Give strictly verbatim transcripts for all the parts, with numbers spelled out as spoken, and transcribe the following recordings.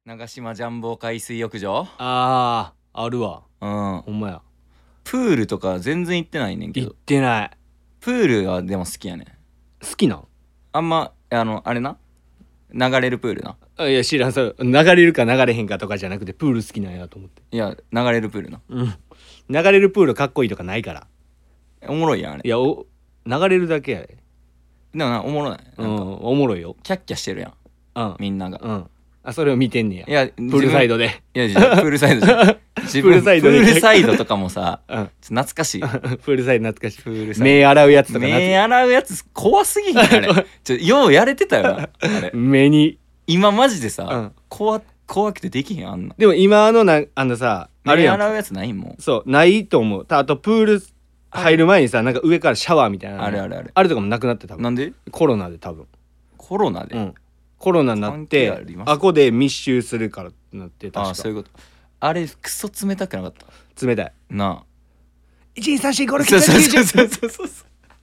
長島ジャンボ海水浴場。 あーあるわ。 うんほんまや。 プールとか全然行ってないねんけ行っど。 てない。 プールはでも好きやねん。 好きなん？ あんまあのあれな、流れるプールな。 あいや知らん。そう流れるか流れへんかとかじゃなくてプール好きなんやと思って。 いや流れるプールな。 うん流れるプールかっこいいとかないから。 おもろいやんあれ。 いやお流れるだけやで。 でもなおもろない。 うなんかんおもろいよ。 キャッキャしてるやんうんみんなが。 うんあそれを見てんねや。 いやプールサイドで。 いやいやプールサイドじゃん自分プールサイドでプールサイドとかもさうん懐かしい。 プールサイド懐かしい。 プールサイド目洗うやつとか目洗うやつ怖すぎんあれ。ちょようやれてたよなあれ。 目に。 今マジでさ、 うん怖怖くてできへんあんな。 でも今のなあのさあるやん。 目洗うやつないもん。 そうないと思う。たあとプール入る前にさなんか上からシャワーみたいなのあれあれあれ。 あれとかもなくなって多分なんでコロナで多分コロナで、 うんコロナになっ関係あてりますあこで密集するからってなってあ確かあそういうこと。あれクソ冷たくなかった冷たいなあ。 いちにさんしごろくそうそうななはちそうそうそう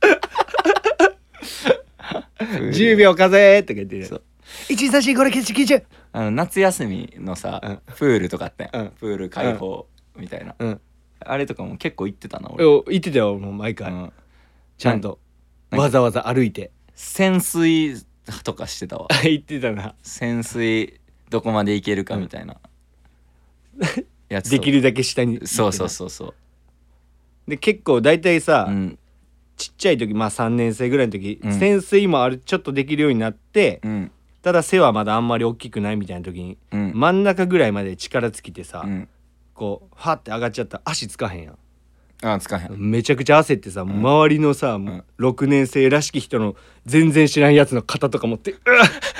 そうじゅうびょう数えとか言ってそういちにさんしごろくななはちきゅうじゅうあの夏休みのさ、 うんプールとかあったやん、 うんプール開放みたいな、 うんあれとかも結構行ってたな俺、 お言ってたよもう毎回うん、 ちゃんとなんわざわざ歩いて潜水とかしてたわ。 言ってたな潜水どこまで行けるかみたいな、やつとできるだけ下にそうそうそうそうで結構大体さ、 うんちっちゃい時まあさんねん生ぐらいの時、 うん潜水もあるちょっとできるようになって、 うんただ背はまだあんまり大きくないみたいな時に、 うん真ん中ぐらいまで力尽きてさ、 うんこうファって上がっちゃったら足つかへんやん。 あつかへん。 めちゃくちゃ焦ってさ、周りのさ、 んろくねん生らしき人の全然知らんやつの肩とか持って「うわ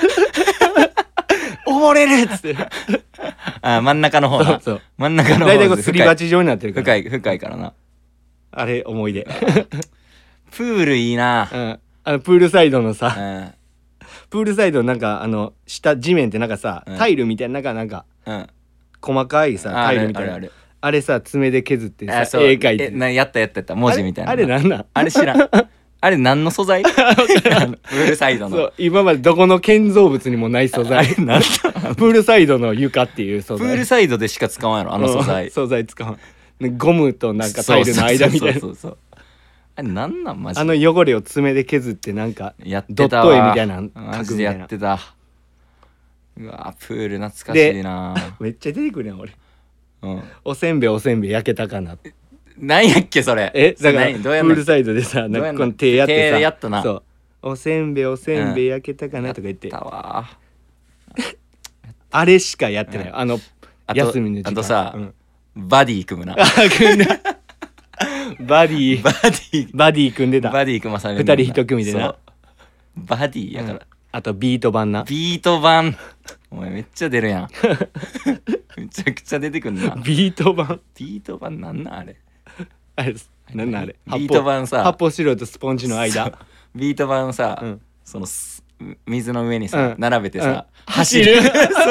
っ溺れる!」っつってあ真ん中の方な。 そうそう真ん中の方大体こうすり鉢状になってるから深い深いからな。 あれ思い出プールいいな。 うんあのプールサイドのうさんプールサイドなんかあの下地面ってなんかさ、 うんタイルみたいななんかなんかうん細かいさあタイルみたいなああれれあれさ爪で削ってさあそう絵描いてえなやったやったやった文字みたいな。 あれあれなんなんあれ知らん。あれ何の素材？あのプールサイドの。 そう今までどこの建造物にもない素材あれなんだプールサイドの床っていう素材プールサイドでしか使わんやろあの素うん材。 素材使わんねゴムとなんかタイルの間みたいなそうそうそうそう。あれなんなんマジで。 あの汚れを爪で削ってなんかやってドッたわ。 ト絵みたいなのマジ描くみたいなでやってた。うわプール懐かしいな。 めっちゃ出てくるやん俺うん。 おせんべいおせんべい焼けたかなってなんやっけそれ。 えだからプ何どうやんのールサイドでさなんどうやんのかこの手やってさ手やったなそうおせんべいおせんべい焼けたかなとか言って、 やったわ。 あれしかやってない、 うんあのあと休みの時間あとさうんバディ組むな。 あ組んだバディバディバディ組んでたバディ組まされる二人一組でなそうバディやから、 うんあとビート版なビート版お前めっちゃ出るやんめちゃくちゃ出てくんな。 ビート版ビート版なんなんあれ。 あれなんなんあれビート版さ発泡スチロールとスポンジの間ビート版さ、 うんそのす水の上にさ、 うん並べてさ、 うん走る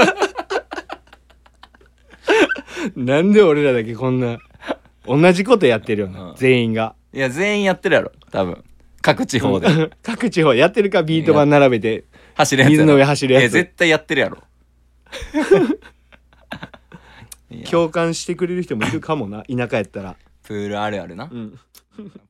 なんで俺らだけこんな同じことやってるよな、 うん全員がいや全員やってるやろ多分各地方で各地方やってるかビート板並べて走るやつやろ。 水の上走るやつい絶対やってるやろいや共感してくれる人もいるかもな田舎やったらプールあるあるな、 うん